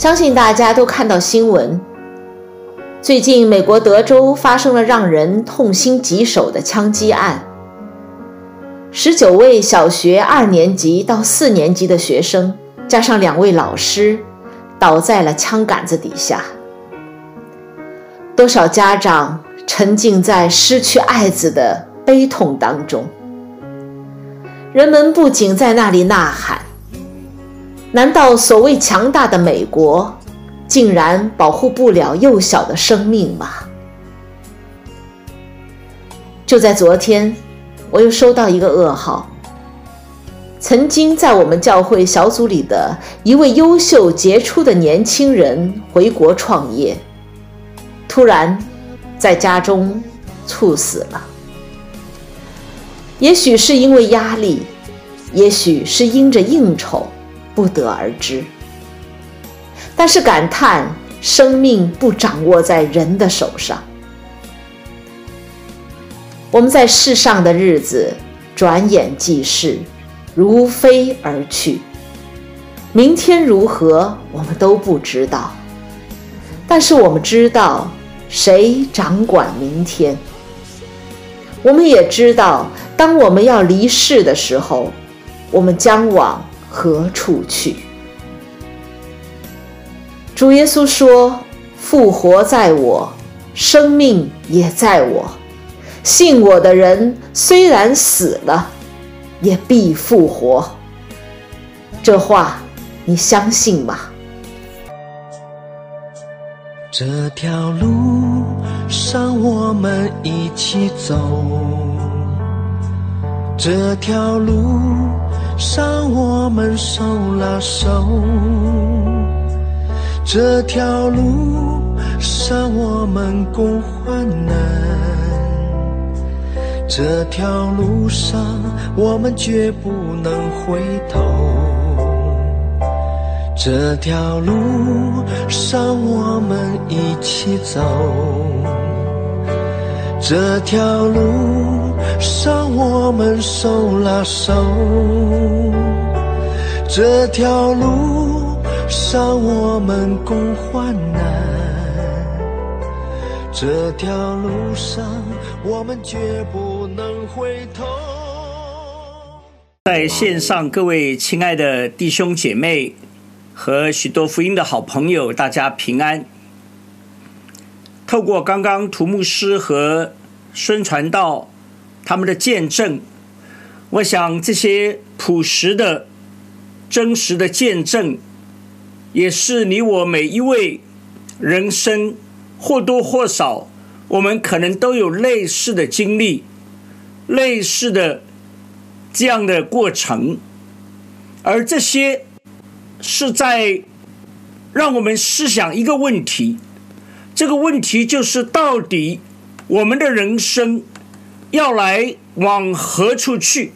相信大家都看到新闻，最近美国德州发生了让人痛心疾首的枪击案，19位小学2年级到4年级的学生，加上2位老师，倒在了枪杆子底下。多少家长沉浸在失去爱子的悲痛当中。人们不仅在那里呐喊，难道所谓强大的美国竟然保护不了幼小的生命吗？就在昨天，我又收到一个噩耗，曾经在我们教会小组里的一位优秀杰出的年轻人回国创业，突然在家中猝死了。也许是因为压力，也许是因着应酬，不得而知。但是感叹生命不掌握在人的手上。我们在世上的日子转眼即逝，如飞而去，明天如何我们都不知道，但是我们知道谁掌管明天。我们也知道，当我们要离世的时候，我们将往何处去。主耶稣说，复活在我，生命也在我，信我的人虽然死了，也必复活。这话你相信吗？ 这条路上我们一起走，这条路上我们手拉手，这条路上我们共患难，这条路上我们绝不能回头，这条路上我们一起走，这条路上我们手拉手，这条路上我们共患难，这条路上我们绝不能回头。 在线上各位亲爱的弟兄姐妹和许多福音的好朋友，大家平安。透过刚刚涂牧师和孙传道他们的见证，我想这些朴实的真实的见证，也是你我每一位人生或多或少我们可能都有类似的经历，类似的这样的过程，而这些是在让我们思想一个问题，这个问题就是到底我们的人生要来往何处去？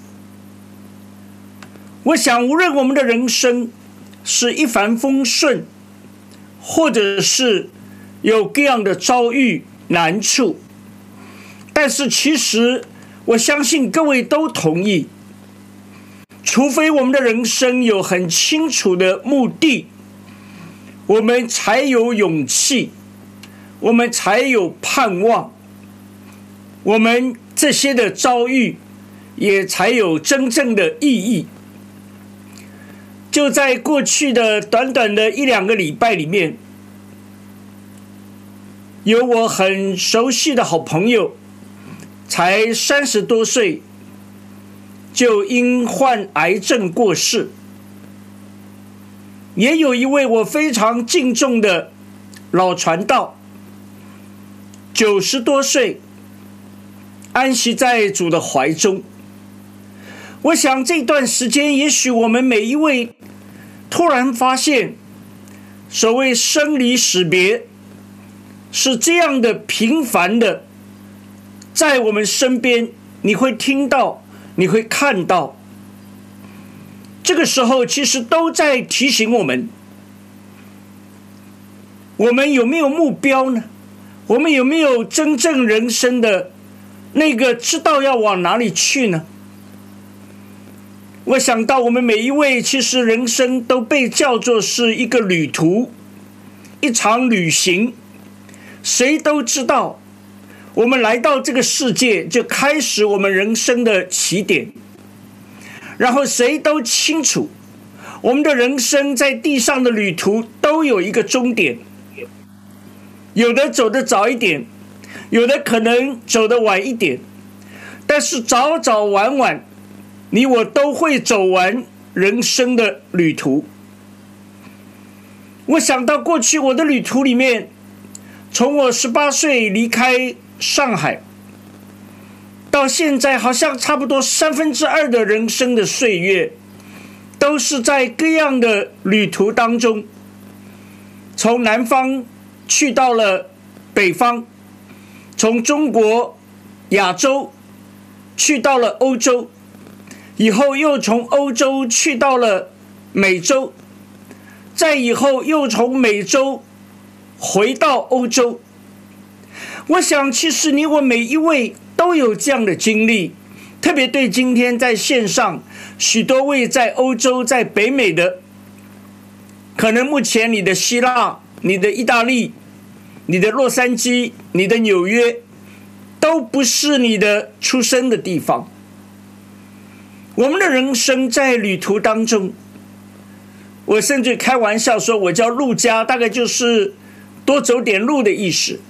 我想无论我们的人生是一帆风顺，或者是有各样的遭遇难处，但是其实我相信各位都同意，除非我们的人生有很清楚的目的，我们才有勇气，我们才有盼望，我们这些的遭遇也才有真正的意义。就在过去的短短的1-2个礼拜里面，有我很熟悉的好朋友，才30多岁就因患癌症过世，也有一位我非常敬重的老传道，90多岁安息在主的怀中。我想这段时间，也许我们每一位突然发现，所谓生离死别是这样的频繁的在我们身边，你会听到，你会看到。这个时候其实都在提醒我们，我们有没有目标呢？我们有没有真正人生的那个知道要往哪里去呢？我想到我们每一位其实人生都被叫做是一个旅途， 一场旅行。谁都知道，我们来到这个世界就开始我们人生的起点，然后谁都清楚，我们的人生在地上的旅途都有一个终点，有的走得早一点，有的可能走得晚一点，但是早早晚晚，你我都会走完人生的旅途。我想到过去我的旅途里面，从我18岁离开上海，到现在好像差不多2/3的人生的岁月，都是在各样的旅途当中，从南方去到了北方，从中国、亚洲去到了欧洲，以后又从欧洲去到了美洲，再以后又从美洲回到欧洲。我想其实你我每一位都有这样的经历，特别对今天在线上许多位在欧洲在北美的，可能目前你的希腊、你的意大利、你的洛杉矶、你的纽约都不是你的出生的地方。我们的人生在旅途当中，我甚至开玩笑说我叫路家，大概就是多走点路的意思。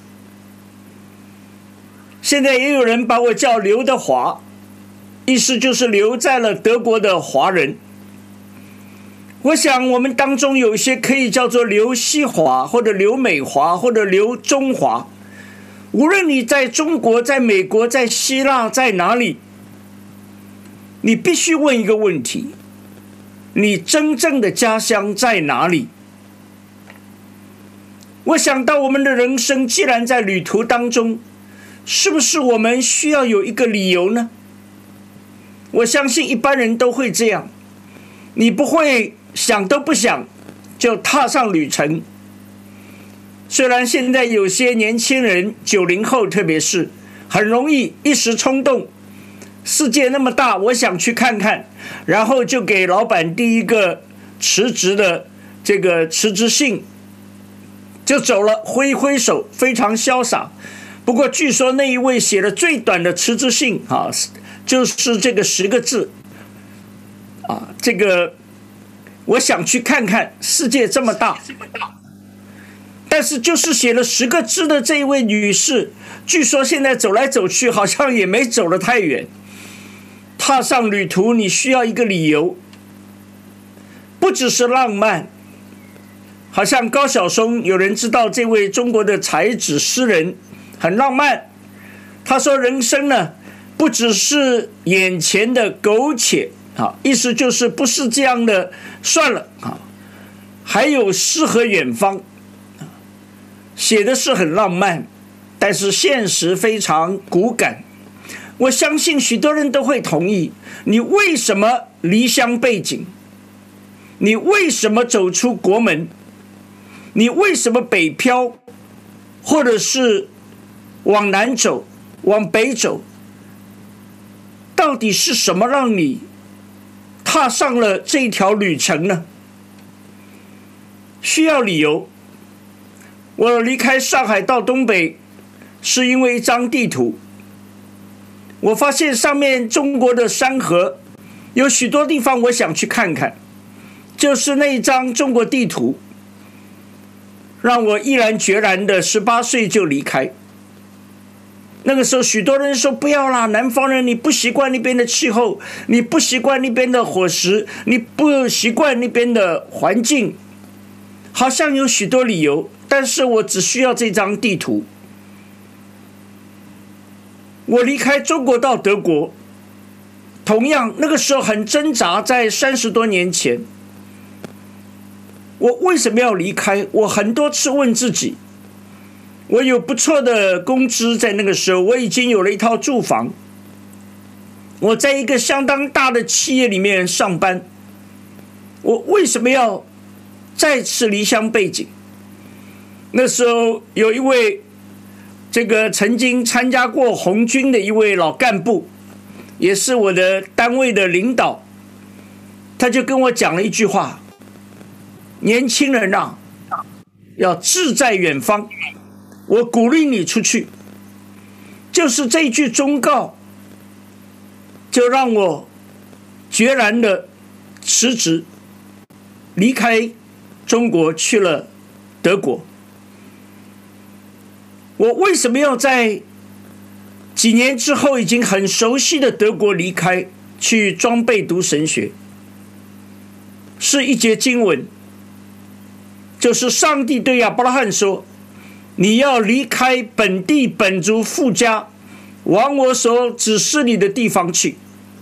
现在也有人把我叫刘德华，意思就是留在了德国的华人。我想我们当中有一些可以叫做刘西华，或者刘美华，或者刘中华。无论你在中国、在美国、在希腊，在哪里，你必须问一个问题：你真正的家乡在哪里？我想到我们的人生既然在旅途当中，是不是我们需要有一个理由呢？我相信一般人都会这样，你不会想都不想就踏上旅程。虽然现在有些年轻人90后特别是很容易一时冲动，世界那么大，我想去看看，然后就给老板第一个辞职的这个辞职信就走了，挥挥手，非常潇洒。不过据说那一位写了最短的辞职信就是这个10个字这个我想去看看，世界这么大。但是就是写了10个字的这一位女士，据说现在走来走去好像也没走得太远。踏上旅途你需要一个理由，不只是浪漫。好像高晓松，有人知道这位中国的才子诗人很浪漫，他说人生呢不只是眼前的苟且意思就是不是这样的算了还有诗和远方。写的是很浪漫，但是现实非常骨感。我相信许多人都会同意，你为什么离乡背井？你为什么走出国门？你为什么北漂，或者是往南走，往北走？到底是什么让你踏上了这一条旅程呢？需要理由。我离开上海到东北，是因为一张地图。我发现上面中国的山河有许多地方我想去看看，就是那一张中国地图让我毅然决然的18岁就离开。那个时候许多人说不要啦，南方人你不习惯那边的气候，你不习惯那边的伙食，你不习惯那边的环境，好像有许多理由，但是我只需要这张地图。我离开中国到德国，同样那个时候很挣扎，在30多年前，我为什么要离开？我很多次问自己，我有不错的工资，在那个时候我已经有了一套住房，我在一个相当大的企业里面上班，我为什么要再次离乡背井？那时候有一位这个曾经参加过红军的一位老干部，也是我的单位的领导，他就跟我讲了一句话：年轻人要志在远方，我鼓励你出去。就是这一句忠告，就让我决然的辞职，离开中国去了德国。我为什么要在几年之后已经很熟悉的德国离开，去装备读神学？是一节经文，就是上帝对亚伯拉罕说，你要离开本地本族父家，往我所指示你的地方去。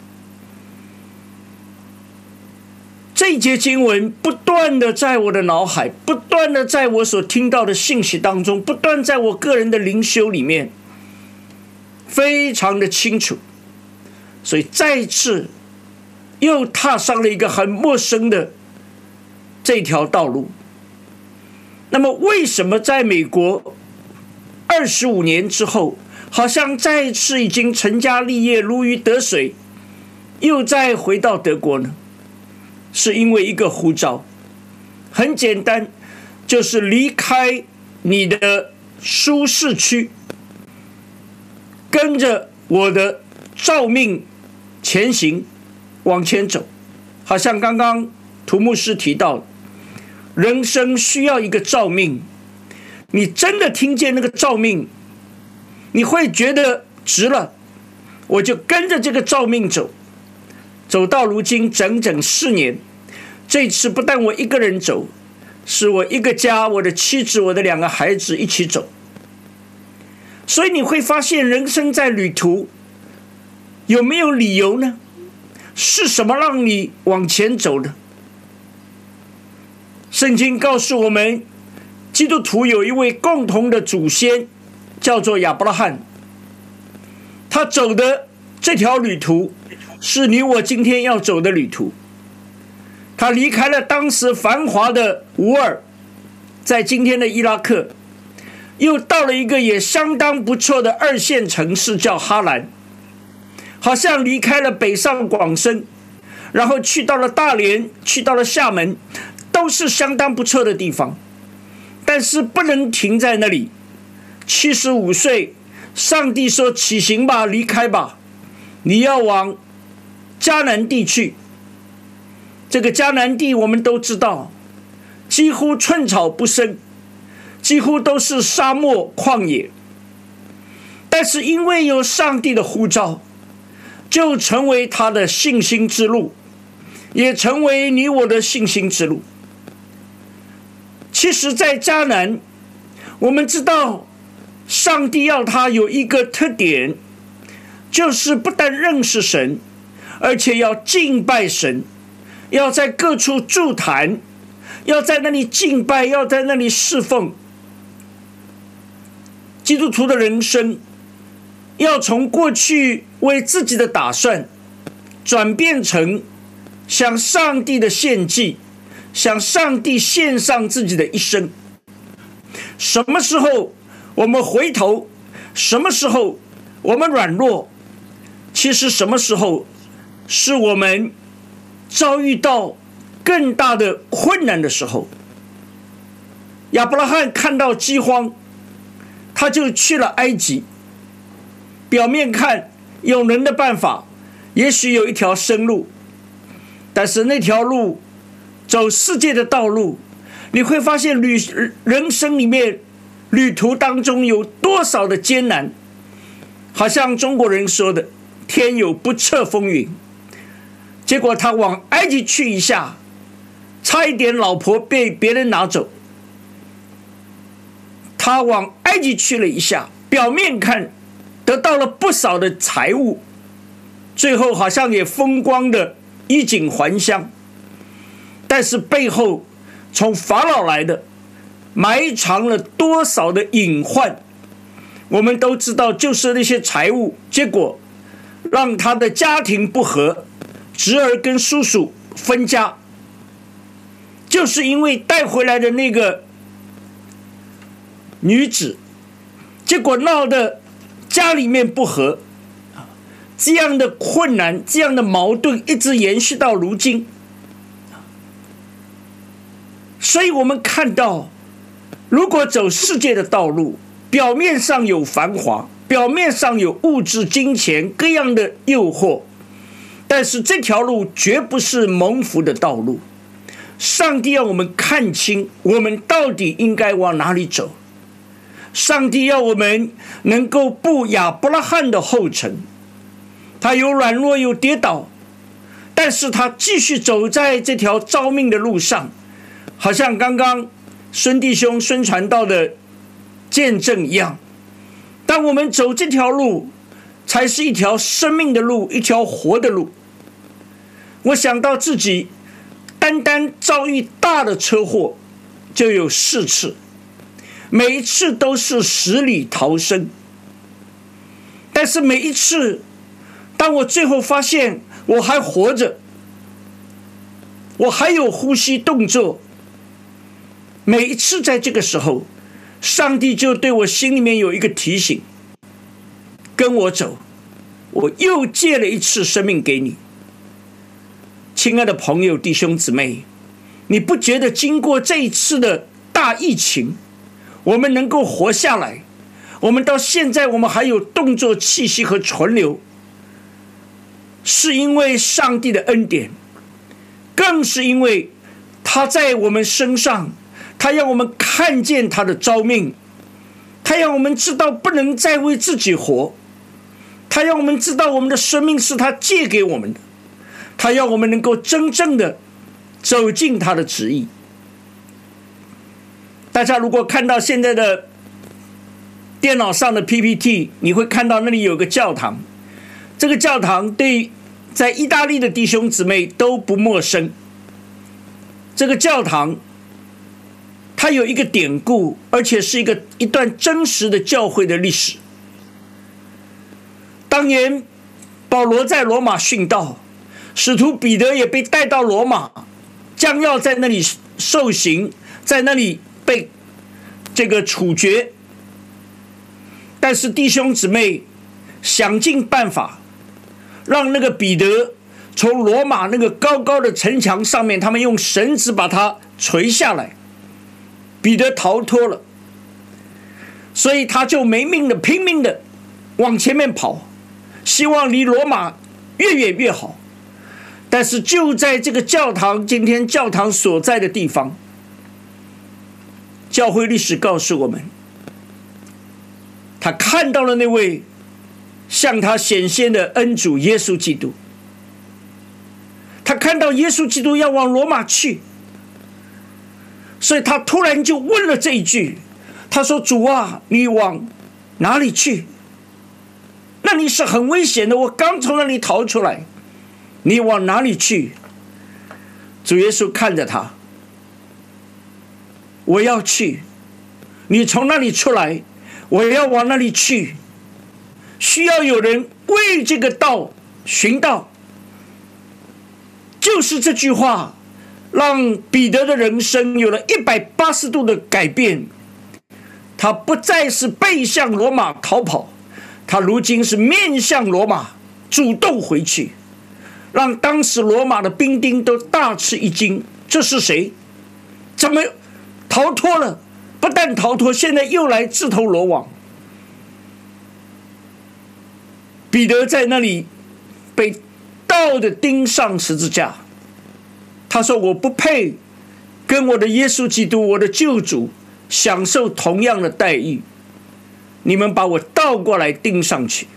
这一节经文不断的在我的脑海，不断的在我所听到的信息当中，不断在我个人的灵修里面，非常的清楚。所以再次又踏上了一个很陌生的这条道路。那么为什么在美国25年之后，好像再一次已经成家立业，如鱼得水，又再回到德国呢？是因为一个呼召，很简单，就是离开你的舒适区，跟着我的召命前行，往前走。好像刚刚涂牧师提到，人生需要一个召命，你真的听见那个召命，你会觉得值了，我就跟着这个召命走，走到如今整整4年。这次不但我一个人走，是我一个家，我的妻子，我的2个孩子一起走。所以你会发现，人生在旅途，有没有理由呢？是什么让你往前走的？圣经告诉我们，基督徒有一位共同的祖先，叫做亚伯拉罕。他走的这条旅途，是你我今天要走的旅途。他离开了当时繁华的乌尔，在今天的伊拉克，又到了一个也相当不错的2线城市，叫哈兰。好像离开了北上广深，然后去到了大连，去到了厦门，都是相当不错的地方。但是不能停在那里。75岁，上帝说起行吧，离开吧，你要往迦南地去。这个迦南地我们都知道，几乎寸草不生，几乎都是沙漠旷野。但是因为有上帝的呼召，就成为他的信心之路，也成为你我的信心之路。其实在迦南，我们知道上帝要他有一个特点，就是不但认识神，而且要敬拜神，要在各处筑坛，要在那里敬拜，要在那里侍奉。基督徒的人生要从过去为自己的打算，转变成向上帝的献祭，向上帝献上自己的一生。什么时候我们回头，什么时候我们软弱，其实什么时候是我们遭遇到更大的困难的时候。亚伯拉罕看到饥荒，他就去了埃及。表面看用人的办法，也许有一条生路，但是那条路走世界的道路，你会发现人生里面旅途当中有多少的艰难。好像中国人说的，天有不测风云。结果他往埃及去一下，差一点老婆被别人拿走。他往埃及去了一下，表面看得到了不少的财物，最后好像也风光的衣锦还乡。但是背后从法老来的埋藏了多少的隐患，我们都知道，就是那些财物，结果让他的家庭不和，侄儿跟叔叔分家，就是因为带回来的那个女子，结果闹得家里面不和，这样的困难，这样的矛盾一直延续到如今。所以我们看到， 如果走世界的道路，表面上有繁华，表面上有物质、金钱各样的诱惑，但是这条路绝不是蒙福的道路。上帝要我们看清，我们到底应该往哪里走。上帝要我们能够步亚伯拉罕的后尘，他有软弱有跌倒，但是他继续走在这条召命的路上，好像刚刚孙弟兄孙传道的见证一样。当我们走这条路，才是一条生命的路，一条活的路。我想到自己单单遭遇大的车祸就有4次，每一次都是死里逃生，但是每一次当我最后发现我还活着，我还有呼吸动作，每一次在这个时候，上帝就对我心里面有一个提醒，跟我走，我又借了一次生命给你。亲爱的朋友弟兄姊妹，你不觉得经过这一次的大疫情，我们能够活下来，我们到现在我们还有动作气息和存留，是因为上帝的恩典，更是因为他在我们身上，他让我们看见他的召命，他让我们知道不能再为自己活，他让我们知道我们的生命是他借给我们的，他让我们能够真正的走进他的旨意。大家如果看到现在的电脑上的 PPT， 你会看到那里有个教堂，这个教堂对在意大利的弟兄姊妹都不陌生。这个教堂它有一个典故，而且是一段真实的教会的历史。当年保罗在罗马殉道，使徒彼得也被带到罗马，将要在那里受刑，在那里被这个处决。但是弟兄姊妹想尽办法，让那个彼得从罗马那个高高的城墙上面，他们用绳子把他垂下来，彼得逃脱了，所以他就没命的拼命的往前面跑，希望离罗马越远越好。但是就在这个教堂，今天教堂所在的地方，教会历史告诉我们，他看到了那位向他显现的恩主耶稣基督，他看到耶稣基督要往罗马去，所以他突然就问了这一句，他说：主啊，你往哪里去？那里是很危险的，我刚从那里逃出来，你往哪里去？主耶稣看着他，我要去，你从那里出来，我要往那里去，需要有人为这个道寻道。就是这句话让彼得的人生有了180度的改变，他不再是背向罗马逃跑，他如今是面向罗马主动回去，让当时罗马的兵丁都大吃一惊，这是谁？怎么逃脱了？不但逃脱，现在又来自投罗网。彼得在那里被倒的钉上十字架，他说：我不配跟我的耶稣基督，我的救主享受同样的待遇，你们把我倒过来钉上去。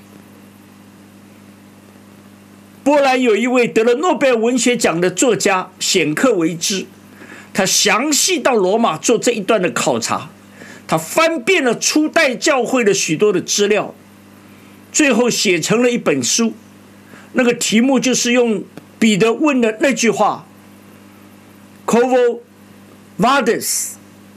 波兰有一位得了诺贝尔文学奖的作家显克维兹，他详细到罗马做这一段的考察，他翻遍了初代教会的许多的资料，最后写成了一本书，那个题目就是用彼得问的那句话 Quo vadis，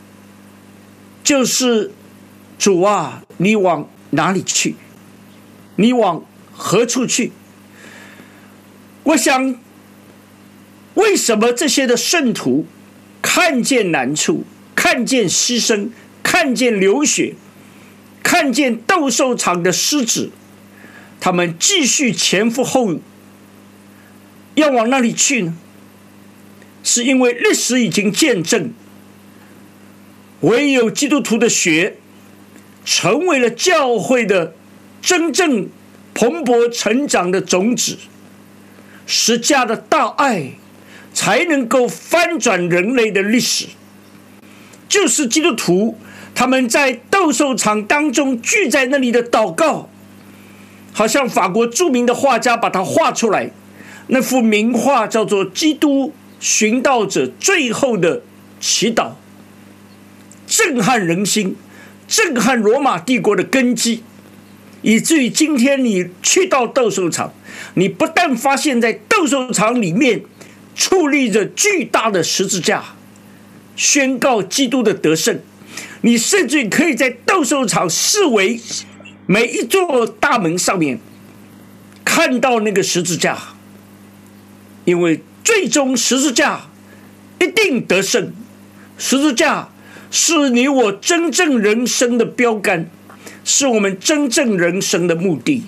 就是主啊，你往哪里去？你往何处去？我想，为什么这些的圣徒看见难处，看见牺牲，看见流血，看见斗兽场的狮子，他们继续前赴后继，要往那里去呢？是因为历史已经见证， 唯有基督徒的血成为了教会的真正蓬勃成长的种子，十架的大爱才能够翻转人类的历史。就是基督徒他们在斗兽场当中聚在那里的祷告，好像法国著名的画家把它画出来，那幅名画叫做《基督寻道者最后的祈祷》，震撼人心，震撼罗马帝国的根基，以至于今天你去到斗兽场，你不但发现在斗兽场里面矗立着巨大的十字架，宣告基督的得胜，你甚至可以在斗兽场四围每一座大门上面看到那个十字架，因为最终十字架一定得胜，十字架是你我真正人生的标杆，是我们真正人生的目的。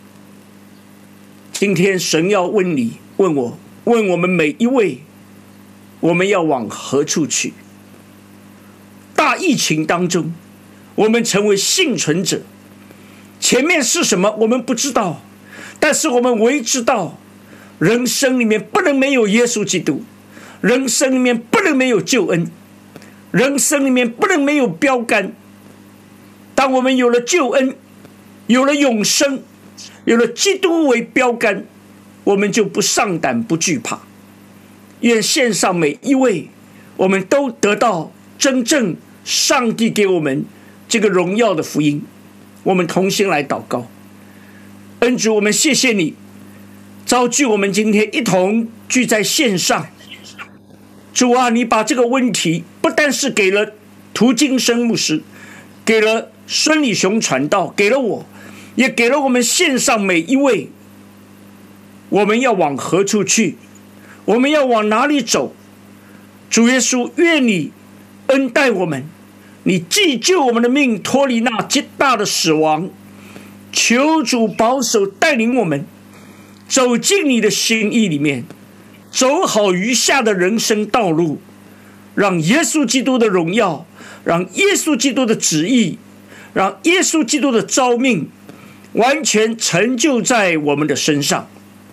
今天神要问你，问我，问我们每一位，我们要往何处去？大疫情当中，我们成为幸存者，前面是什么我们不知道，但是我们唯知道人生里面不能没有耶稣基督，人生里面不能没有救恩，人生里面不能没有标杆。当我们有了救恩，有了永生，有了基督为标杆，我们就不上胆不惧怕。愿线上每一位，我们都得到真正上帝给我们这个荣耀的福音。我们同心来祷告。恩主，我们谢谢你召聚我们今天一同聚在线上。主啊，你把这个问题不但是给了涂金生牧师，给了孙礼雄传道，给了我，也给了我们线上每一位。我们要往何处去？我们要往哪里走？主耶稣，愿你恩待我们，你既救我们的命脱离那极大的死亡，求主保守带领我们走进你的心意里面，走好余下的人生道路，让耶稣基督的荣耀，让耶稣基督的旨意，让耶稣基督的召命完全成就在我们的身上。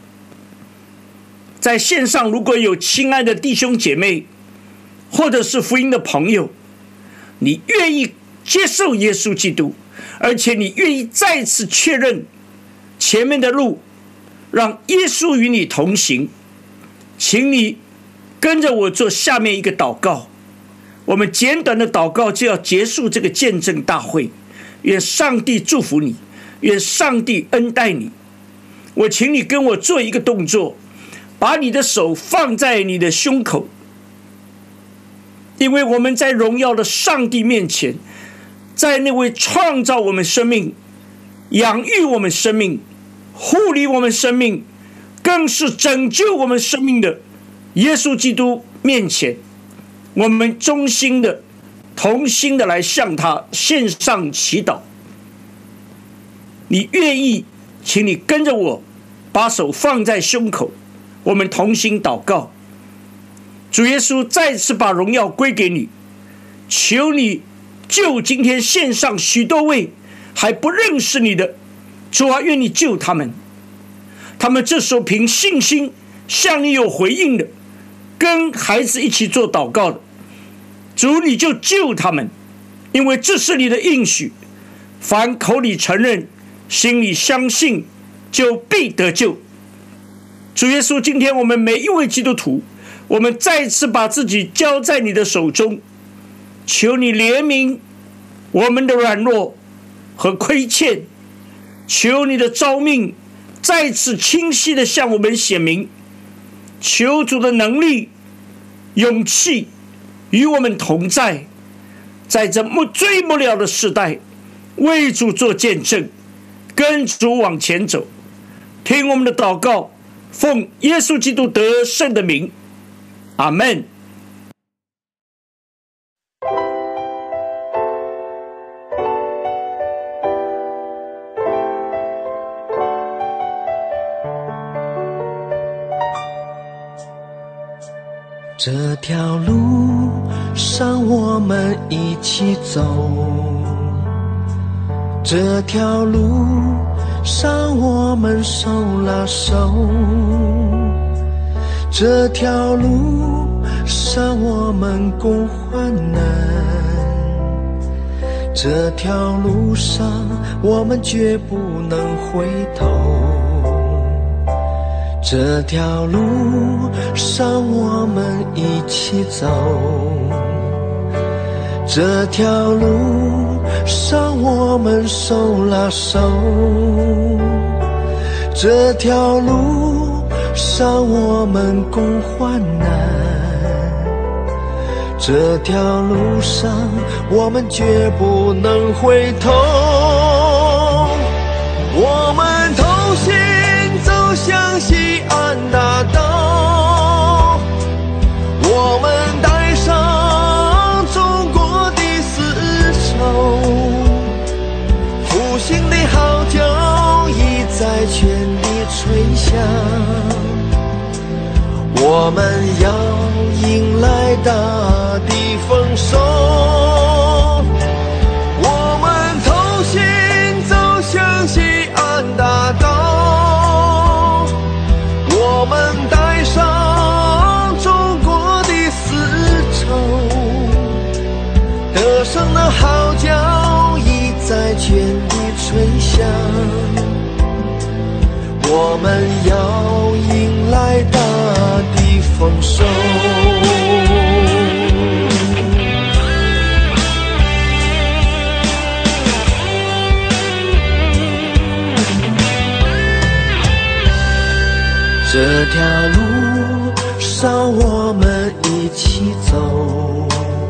在线上如果有亲爱的弟兄姐妹，或者是福音的朋友，你愿意接受耶稣基督，而且你愿意再次确认前面的路，让耶稣与你同行，请你跟着我做下面一个祷告。我们简短的祷告就要结束这个见证大会。愿上帝祝福你，愿上帝恩待你。我请你跟我做一个动作，把你的手放在你的胸口，因为我们在荣耀的上帝面前，在那位创造我们生命、养育我们生命、护理我们生命，更是拯救我们生命的耶稣基督面前，我们衷心的、同心的来向他献上祈祷。你愿意，请你跟着我，把手放在胸口，我们同心祷告。主耶稣，再次把荣耀归给你，求你救今天线上许多位还不认识你的，主啊，愿你救他们。他们这时候凭信心向你有回应的，跟孩子一起做祷告的，主你就救他们，因为这是你的应许，凡口里承认心里相信就必得救。主耶稣，今天我们每一位基督徒，我们再次把自己交在你的手中，求你怜悯我们的软弱和亏欠，求你的召命再次清晰地向我们显明，求主的能力、勇气与我们同在，在这最末了的时代，为主做见证，跟主往前走。听我们的祷告，奉耶稣基督得胜的名，阿们。 这条路上我们一起走，这条路上我们手拉手，这条路上我们共患难，这条路上我们绝不能回头，这条路上我们一起走，这条路上我们手拉手，这条路上我们共患难，这条路上我们绝不能回头，我们同行走向西安大道，我们带上中国的丝绸，复兴的号角已在全地吹响，我们要迎来大地丰收，我们同行走向西安大道，我们带上中国的丝绸，得胜的号角已在全地吹响，我们要迎来大地丰收。这条路上我们一起走，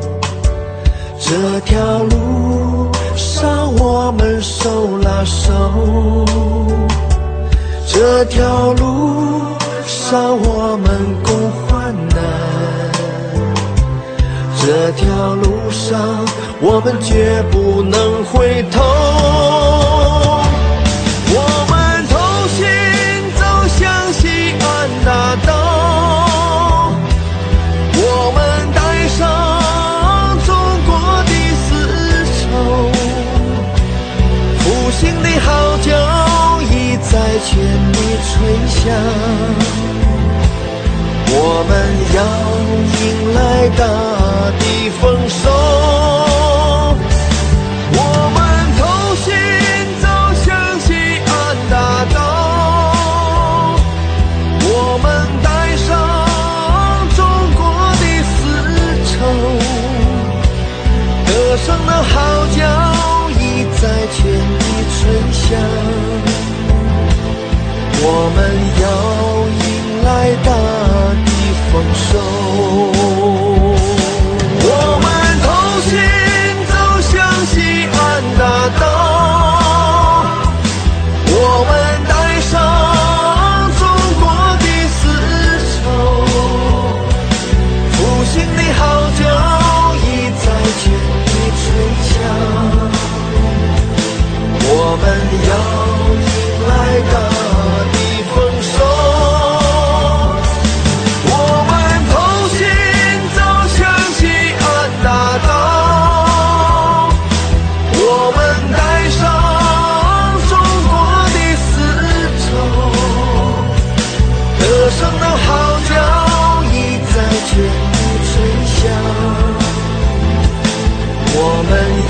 这条路上我们手拉手，这条路上我们共患难，这条路上我们绝不能回头，我们同行走向西安大道，我们带上中国的丝绸，复兴的号角已在全地吹响，我们要迎来大地丰收，我们同行走向西安大道，我们带上中国的丝绸，得胜的号角已在全地吹响，我们要迎来大地丰收，我们同行走向西安大道，我们带上中国的丝绸，复兴的号角已在全地吹响，我们要迎来大地丰收，我们同行走向西安大道，我们带上中国的丝绸，得胜的号角已在全地吹响，我们